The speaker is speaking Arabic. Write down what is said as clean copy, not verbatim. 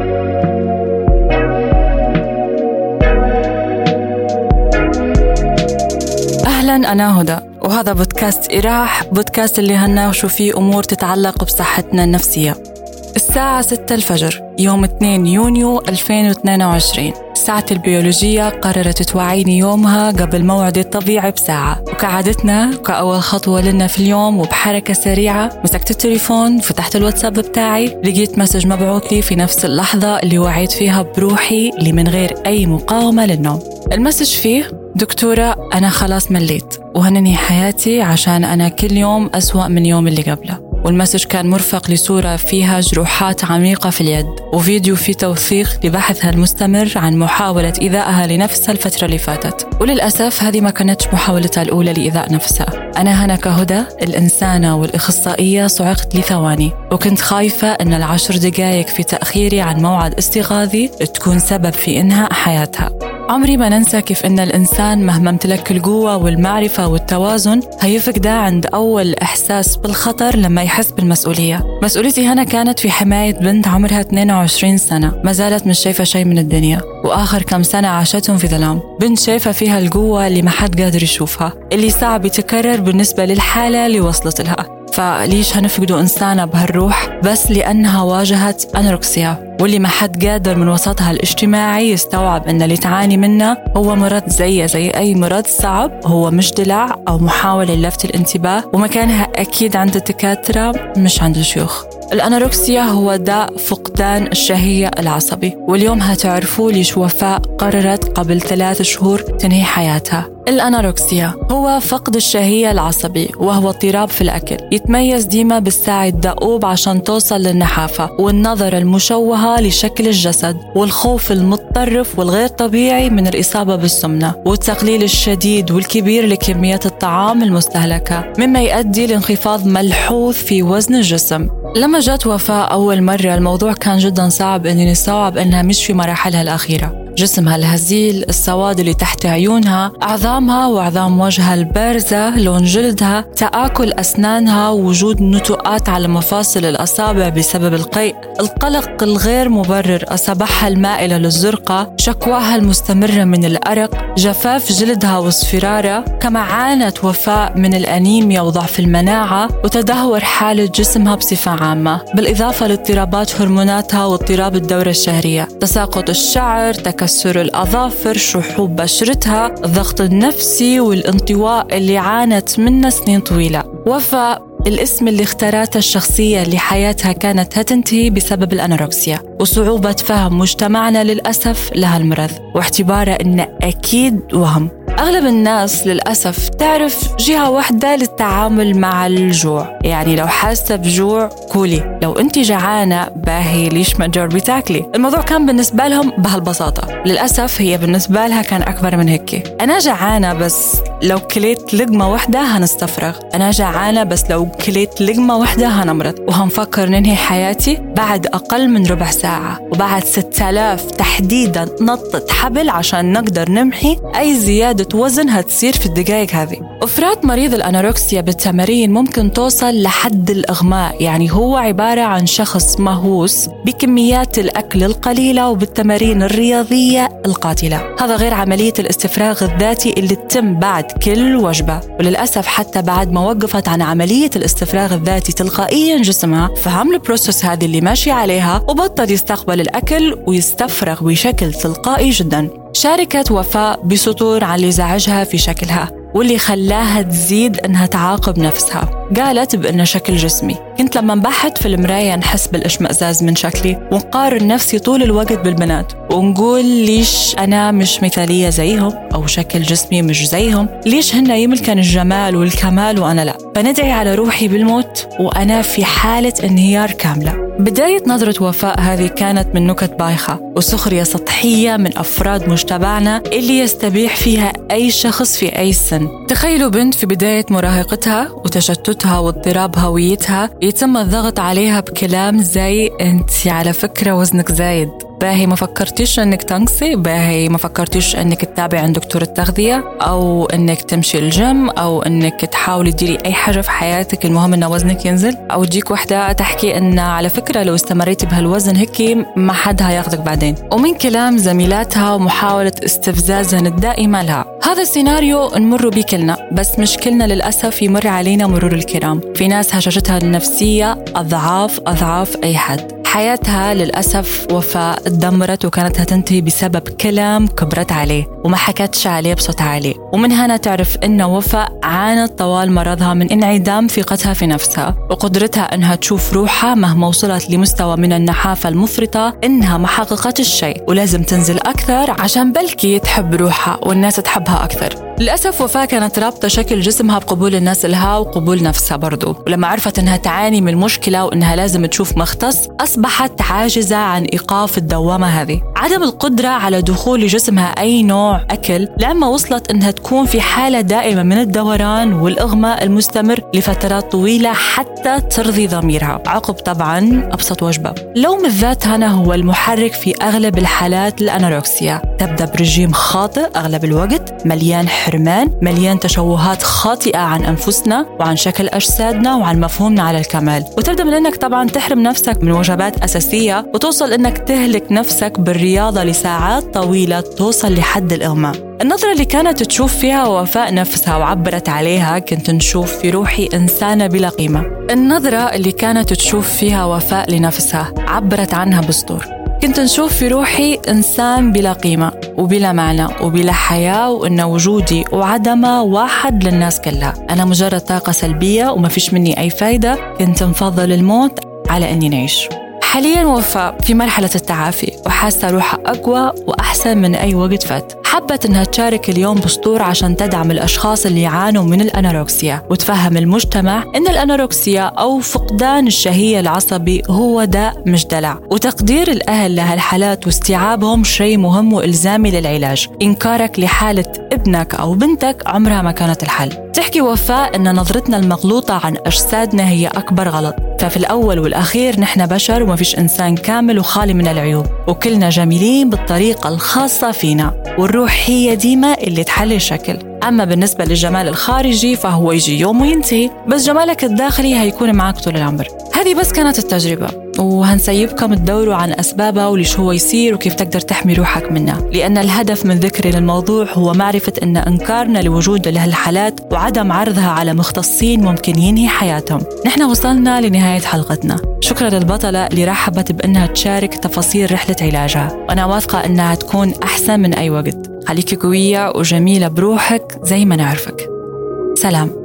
أهلاً، أنا هدى وهذا بودكاست إراح، بودكاست اللي هنناقشوا فيه أمور تتعلق بصحتنا النفسية. الساعة 6 الفجر يوم 2 يونيو 2022، ساعة البيولوجية قررت توعيني يومها قبل موعدي الطبيعي بساعة، وكعادتنا كأول خطوة لنا في اليوم وبحركة سريعة مسكت التليفون، فتحت الواتساب بتاعي، لقيت مسج مبعوث لي في نفس اللحظة اللي وعيت فيها بروحي اللي من غير أي مقاومة للنوم. المسج فيه: دكتورة، أنا خلاص مليت وهننهي حياتي عشان أنا كل يوم أسوأ من يوم اللي قبله. والمسج كان مرفق لصورة فيها جروحات عميقة في اليد، وفيديو فيه توثيق لبحثها المستمر عن محاولة إيذائها لنفسها الفترة اللي فاتت. وللأسف هذه ما كانتش محاولتها الأولى لإيذاء نفسها. أنا هنا كهدى الإنسانة والإخصائية صعقت لثواني، وكنت خايفة أن 10 دقائق في تأخيري عن موعد استيقاظي تكون سبب في إنهاء حياتها. عمري ما ننسى كيف إن الإنسان مهما امتلك القوة والمعرفة والتوازن هيفقده عند أول إحساس بالخطر لما يحس بالمسؤولية. مسؤوليتي هنا كانت في حماية بنت عمرها 22 سنة ما زالت مش شايفة شيء من الدنيا، وآخر كم سنة عاشتهم في ظلام. بنت شايفة فيها القوة اللي ما حد قادر يشوفها، اللي صعب يتكرر بالنسبة للحالة اللي وصلت لها. فليش هنفقدوا إنسانة بهالروح بس لأنها واجهت أنوركسيا، واللي ما حد قادر من وسطها الاجتماعي يستوعب أن اللي تعاني منه هو مرض زي أي مرض صعب، هو مش دلع أو محاولة للفت الانتباه، ومكانها أكيد عند الدكاترة مش عند الشيوخ. الأنوركسيا هو داء فقدان الشهية العصبي، واليوم هتعرفوا ليش وفاء قررت قبل 3 شهور تنهي حياتها. الأنوركسيا هو فقد الشهية العصبي، وهو اضطراب في الأكل يتميز ديما بالسعي الدؤوب عشان توصل للنحافة، والنظرة المشوهة لشكل الجسد، والخوف المتطرف والغير طبيعي من الإصابة بالسمنة، والتقليل الشديد والكبير لكميات الطعام المستهلكة، مما يؤدي لانخفاض ملحوظ في وزن الجسم. لما جات وفاء أول مرة الموضوع كان جدا صعب إني نستوعب إنها مش في مراحلها الأخيرة. جسمها الهزيل، السواد اللي تحت عيونها، أعظامها وأعظام وجهها البارزة، لون جلدها، تآكل أسنانها، وجود نتوءات على مفاصل الأصابع بسبب القيء، القلق الغير مبرر، أصابعها المائلة للزرقة، شكواها المستمرة من الأرق، جفاف جلدها واصفرارة. كما عانت وفاء من الأنيميا وضعف المناعة وتدهور حالة جسمها بصفة عامة، بالإضافة لاضطرابات هرموناتها واضطراب الدورة الشهرية، تساقط الشعر، تكسر الأظافر، شحوب بشرتها، الضغط النفسي والانطواء اللي عانت منه سنين طويلة. وفاء الاسم اللي اختارته الشخصية اللي حياتها كانت هتنتهي بسبب الأنوركسيا، وصعوبة فهم مجتمعنا للأسف لها المرض، واعتباره إنه أكيد وهم. أغلب الناس للأسف تعرف جهة واحدة للتعامل مع الجوع، يعني لو حاسة بجوع كولي، لو أنت جعانة باهي ليش ما تجربي تاكلي. الموضوع كان بالنسبة لهم بهالبساطة. للأسف هي بالنسبة لها كان أكبر من هيك. أنا جعانة بس لو كليت لقمة واحدة هنستفرغ، أنا جعانة بس لو كليت لقمة واحدة هنمرض، وهنفكر ننهي حياتي بعد أقل من ربع ساعة، وبعد 6000 تحديدا نطة حبل عشان نقدر نمحي أي زيادة وزن هتصير في الدقائق هذه. إفراط مريض الأنوركسيا بالتمارين ممكن توصل لحد الإغماء، يعني هو عبارة عن شخص مهووس بكميات الأكل القليلة وبالتمارين الرياضية القاتلة. هذا غير عملية الاستفراغ الذاتي اللي تتم بعد كل وجبة، وللأسف حتى بعد ما وقفت عن عملية الاستفراغ الذاتي تلقائيا جسمها فهم البروسس هذه اللي ماشي عليها، وبطل يستقبل الأكل ويستفرغ بشكل تلقائي جدا. شاركت وفاء بسطور عن اللي زعجها في شكلها واللي خلاها تزيد انها تعاقب نفسها. قالت بأن شكل جسمي، كنت لما نبحث في المراية نحس بالاشمئزاز من شكلي، ونقارن نفسي طول الوقت بالبنات ونقول ليش أنا مش مثالية زيهم، أو شكل جسمي مش زيهم، ليش هن يملكن الجمال والكمال وأنا لا. فندعي على روحي بالموت وأنا في حالة انهيار كاملة. بداية نظرة وفاء هذه كانت من نكت بايخة وسخرية سطحية من أفراد مجتمعنا اللي يستبيح فيها أي شخص في أي سن. تخيلوا بنت في بداية مراهقتها وتشتتها واضطراب هويتها يتم الضغط عليها بكلام زي أنت على فكرة وزنك زايد، باهي ما فكرتيش انك تنقصي؟ باهي ما فكرتيش انك تتابعي عند دكتور التغذية، او انك تمشي الجيم، او انك تحاولي تديري اي حاجة في حياتك المهم ان وزنك ينزل؟ او تجيك وحدة تحكي ان على فكرة لو استمريتي بهالوزن هيك ما حد هياخدك بعدين، ومن كلام زميلاتها ومحاولة استفزازهن الدائمة لها. هذا السيناريو نمر به كلنا، بس مش كلنا للأسف يمر علينا مرور الكرام. في ناس هشاشتها النفسية أضعاف أي حد. حياتها للأسف وفاء تدمرت وكانت هتنتهي بسبب كلام كبرت عليه وما حكتش عليه بصوت عالي. ومن هنا تعرف إن وفاء عانت طوال مرضها من انعدام ثقتها في نفسها وقدرتها إنها تشوف روحها مهما وصلت لمستوى من النحافة المفرطة إنها ما حققت الشيء ولازم تنزل أكثر عشان بلكي تحب روحها والناس تحبها أكثر. للأسف وفاء كانت رابطة شكل جسمها بقبول الناس لها وقبول نفسها برضو، ولما عرفت إنها تعاني من المشكلة وإنها لازم تشوف مختص أصبحت عاجزة عن إيقاف الدوامة هذه. عدم القدرة على دخول لجسمها أي نوع أكل لما وصلت إنها تكون في حالة دائمة من الدوران والإغماء المستمر لفترات طويلة حتى ترضي ضميرها عقب طبعا أبسط وجبة. لوم الذات هنا هو المحرك في أغلب الحالات الأنوركسيا. تبدأ برجيم خاطئ أغلب الوقت مليان حرمان، مليان تشوهات خاطئة عن أنفسنا وعن شكل أجسادنا وعن مفهومنا على الكمال، وتبدأ من أنك طبعا تحرم نفسك من وجبات أساسية وتوصل أنك تهلك نفسك بالرياضة لساعات طويلة توصل لحد الإغماء. النظرة اللي كانت تشوف فيها وفاء نفسها وعبرت عليها كنت نشوف في روحي إنسانة بلا قيمة. النظرة اللي كانت تشوف فيها وفاء لنفسها عبرت عنها بسطور. كنت نشوف في روحي إنسان بلا قيمة وبلا معنى وبلا حياة، وإن وجودي وعدمه واحد للناس كلها. أنا مجرد طاقة سلبية وما فيش مني أي فايدة. كنت نفضل الموت على أني نعيش. حالياً وفاء في مرحلة التعافي وحاسة روحها أقوى وأحسن من أي وقت فات. حبت إنها تشارك اليوم بسطور عشان تدعم الأشخاص اللي يعانوا من الأنوركسيا وتفهم المجتمع إن الأنوركسيا أو فقدان الشهية العصبي هو داء مش دلع، وتقدير الأهل لهالحالات واستيعابهم شيء مهم وإلزامي للعلاج. إنكارك لحالة ابنك أو بنتك عمرها ما كانت الحل. تحكي وفاء إن نظرتنا المغلوطة عن أجسادنا هي أكبر غلط، ففي الأول والأخير نحن بشر وما فيش إنسان كامل وخالي من العيوب، وكلنا جميلين بالطريقة الخاصة فينا، والروح هي ديما اللي تحلي الشكل. أما بالنسبة للجمال الخارجي فهو يجي يوم وينتهي، بس جمالك الداخلي هيكون معك طول العمر. هذه بس كانت التجربة، وهنسيبكم تدوروا عن أسبابها وليش هو يصير وكيف تقدر تحمي روحك منه، لأن الهدف من ذكري للموضوع هو معرفة أن إنكارنا لوجود لهالحالات وعدم عرضها على مختصين ممكن ينهي حياتهم. نحن وصلنا لنهاية حلقتنا. شكرا للبطلة اللي رحبت بأنها تشارك تفاصيل رحلة علاجها، وأنا واثقة أنها تكون أحسن من أي وقت. خليكي قوية وجميلة بروحك زي ما نعرفك. سلام.